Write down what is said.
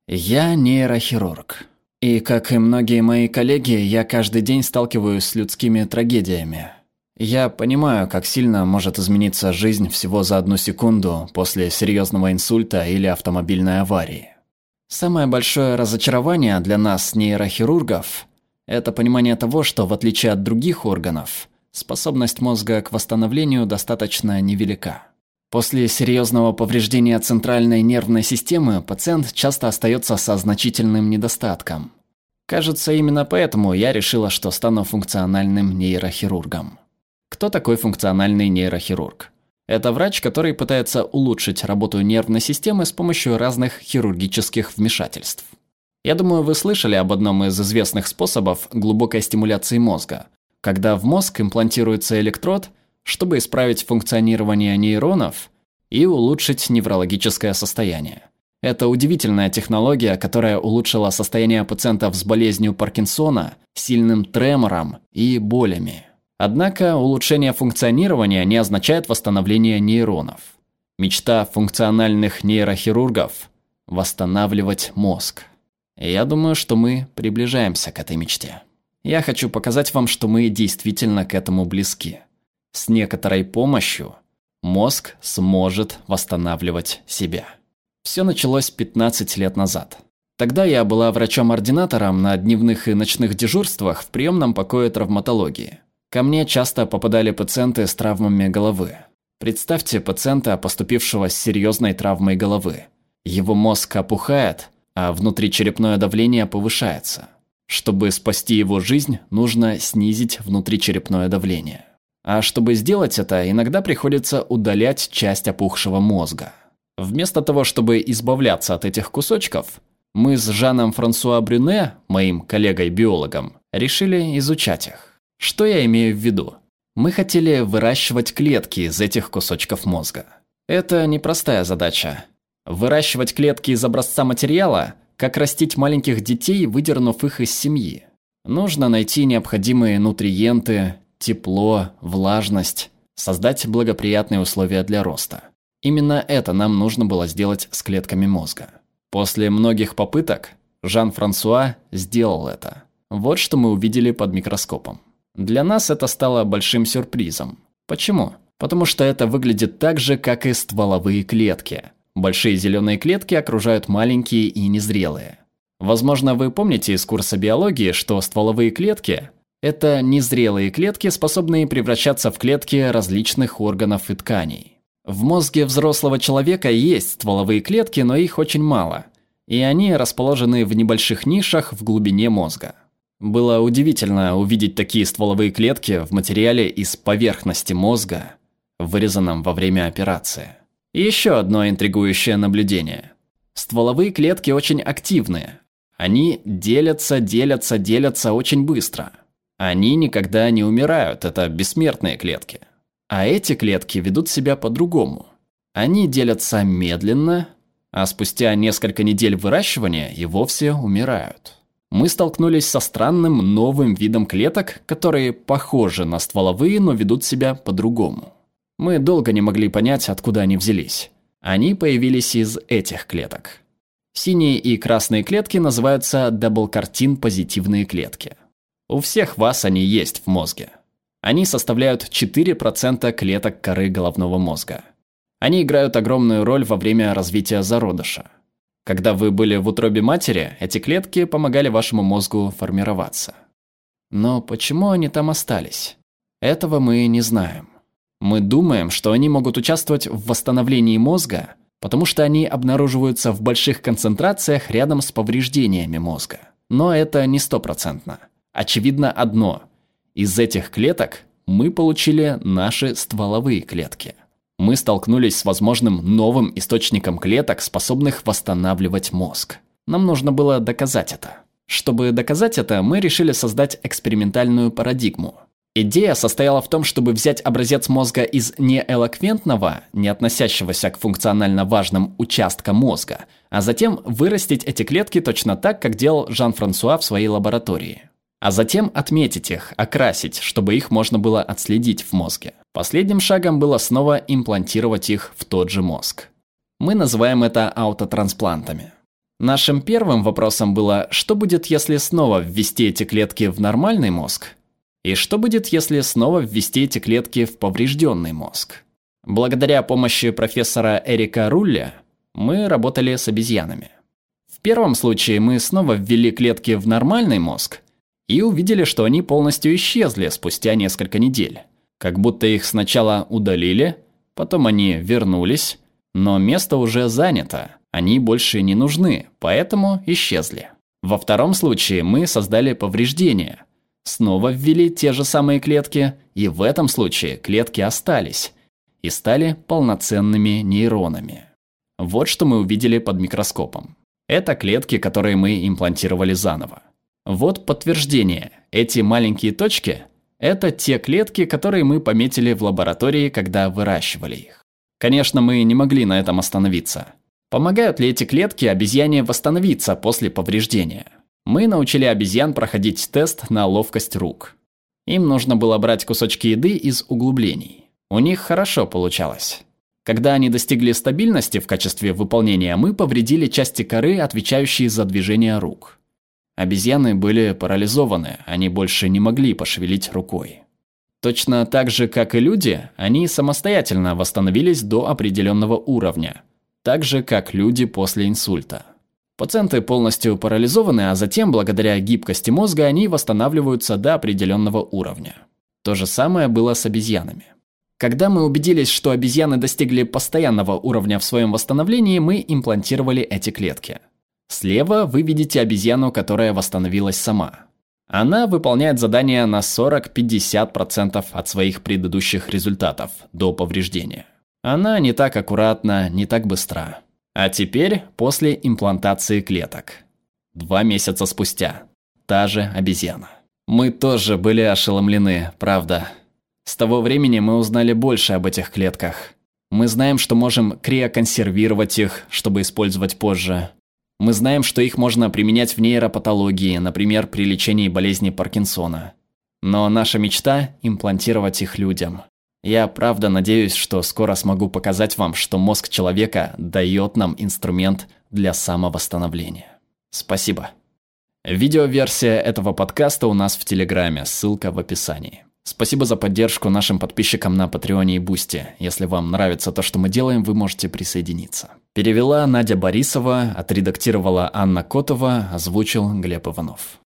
Я нейрохирург. И, как и многие мои коллеги, я каждый день сталкиваюсь с людскими трагедиями. Я понимаю, как сильно может измениться жизнь всего за 1 секунду после серьезного инсульта или автомобильной аварии. Самое большое разочарование для нас, нейрохирургов, это понимание того, что в отличие от других органов, способность мозга к восстановлению достаточно невелика. После серьезного повреждения центральной нервной системы пациент часто остается со значительным недостатком. Кажется, именно поэтому я решила, что стану функциональным нейрохирургом. Кто такой функциональный нейрохирург? Это врач, который пытается улучшить работу нервной системы с помощью разных хирургических вмешательств. Я думаю, вы слышали об одном из известных способов глубокой стимуляции мозга, когда в мозг имплантируется электрод, чтобы исправить функционирование нейронов и улучшить неврологическое состояние. Это удивительная технология, которая улучшила состояние пациентов с болезнью Паркинсона, сильным тремором и болями. Однако улучшение функционирования не означает восстановление нейронов. Мечта функциональных нейрохирургов – восстанавливать мозг. И я думаю, что мы приближаемся к этой мечте. Я хочу показать вам, что мы действительно к этому близки. С некоторой помощью мозг сможет восстанавливать себя. Все началось 15 лет назад. Тогда я была врачом-ординатором на дневных и ночных дежурствах в приемном покое травматологии. Ко мне часто попадали пациенты с травмами головы. Представьте пациента, поступившего с серьезной травмой головы. Его мозг опухает, а внутричерепное давление повышается. Чтобы спасти его жизнь, нужно снизить внутричерепное давление. А чтобы сделать это, иногда приходится удалять часть опухшего мозга. Вместо того, чтобы избавляться от этих кусочков, мы с Жаном Франсуа Брюне, моим коллегой-биологом, решили изучать их. Что я имею в виду? Мы хотели выращивать клетки из этих кусочков мозга. Это непростая задача. Выращивать клетки из образца материала, как растить маленьких детей, выдернув их из семьи. Нужно найти необходимые нутриенты, тепло, влажность, создать благоприятные условия для роста. Именно это нам нужно было сделать с клетками мозга. После многих попыток Жан-Франсуа сделал это. Вот что мы увидели под микроскопом. Для нас это стало большим сюрпризом. Почему? Потому что это выглядит так же, как и стволовые клетки. Большие зеленые клетки окружают маленькие и незрелые. Возможно, вы помните из курса биологии, что стволовые клетки – это незрелые клетки, способные превращаться в клетки различных органов и тканей. В мозге взрослого человека есть стволовые клетки, но их очень мало, и они расположены в небольших нишах в глубине мозга. Было удивительно увидеть такие стволовые клетки в материале из поверхности мозга, вырезанном во время операции. И еще одно интригующее наблюдение. Стволовые клетки очень активные. Они делятся очень быстро. Они никогда не умирают, это бессмертные клетки. А эти клетки ведут себя по-другому. Они делятся медленно, а спустя несколько недель выращивания и вовсе умирают. Мы столкнулись со странным новым видом клеток, которые похожи на стволовые, но ведут себя по-другому. Мы долго не могли понять, откуда они взялись. Они появились из этих клеток. Синие и красные клетки называются даблкартин-позитивные клетки. У всех вас они есть в мозге. Они составляют 4% клеток коры головного мозга. Они играют огромную роль во время развития зародыша. Когда вы были в утробе матери, эти клетки помогали вашему мозгу формироваться. Но почему они там остались? Этого мы не знаем. Мы думаем, что они могут участвовать в восстановлении мозга, потому что они обнаруживаются в больших концентрациях рядом с повреждениями мозга. Но это не 100%. Очевидно одно. Из этих клеток мы получили наши стволовые клетки. Мы столкнулись с возможным новым источником клеток, способных восстанавливать мозг. Нам нужно было доказать это. Чтобы доказать это, мы решили создать экспериментальную парадигму. Идея состояла в том, чтобы взять образец мозга из неэлоквентного, не относящегося к функционально важным участкам мозга, а затем вырастить эти клетки точно так, как делал Жан-Франсуа в своей лаборатории. А затем отметить их, окрасить, чтобы их можно было отследить в мозге. Последним шагом было снова имплантировать их в тот же мозг. Мы называем это аутотрансплантами. Нашим первым вопросом было, что будет, если снова ввести эти клетки в нормальный мозг? И что будет, если снова ввести эти клетки в поврежденный мозг? Благодаря помощи профессора Эрика Рулля мы работали с обезьянами. В первом случае мы снова ввели клетки в нормальный мозг и увидели, что они полностью исчезли спустя несколько недель. Как будто их сначала удалили, потом они вернулись, но место уже занято, они больше не нужны, поэтому исчезли. Во втором случае мы создали повреждения, снова ввели те же самые клетки, и в этом случае клетки остались и стали полноценными нейронами. Вот что мы увидели под микроскопом. Это клетки, которые мы имплантировали заново. Вот подтверждение. Эти маленькие точки – это те клетки, которые мы пометили в лаборатории, когда выращивали их. Конечно, мы не могли на этом остановиться. Помогают ли эти клетки обезьяне восстановиться после повреждения? Мы научили обезьян проходить тест на ловкость рук. Им нужно было брать кусочки еды из углублений. У них хорошо получалось. Когда они достигли стабильности в качестве выполнения, мы повредили части коры, отвечающие за движение рук. Обезьяны были парализованы, они больше не могли пошевелить рукой. Точно так же, как и люди, они самостоятельно восстановились до определенного уровня, так же, как люди после инсульта. Пациенты полностью парализованы, а затем, благодаря гибкости мозга, они восстанавливаются до определенного уровня. То же самое было с обезьянами. Когда мы убедились, что обезьяны достигли постоянного уровня в своем восстановлении, мы имплантировали эти клетки. Слева вы видите обезьяну, которая восстановилась сама. Она выполняет задания на 40-50% от своих предыдущих результатов до повреждения. Она не так аккуратна, не так быстра. А теперь после имплантации клеток. 2 месяца спустя. Та же обезьяна. Мы тоже были ошеломлены, правда. С того времени мы узнали больше об этих клетках. Мы знаем, что можем криоконсервировать их, чтобы использовать позже. Мы знаем, что их можно применять в нейропатологии, например, при лечении болезни Паркинсона. Но наша мечта – имплантировать их людям. Я правда надеюсь, что скоро смогу показать вам, что мозг человека дает нам инструмент для самовосстановления. Спасибо. Видеоверсия этого подкаста у нас в Телеграме, ссылка в описании. Спасибо за поддержку нашим подписчикам на Патреоне и Бусти. Если вам нравится то, что мы делаем, вы можете присоединиться. Перевела Надя Борисова, отредактировала Анна Котова, озвучил Глеб Иванов.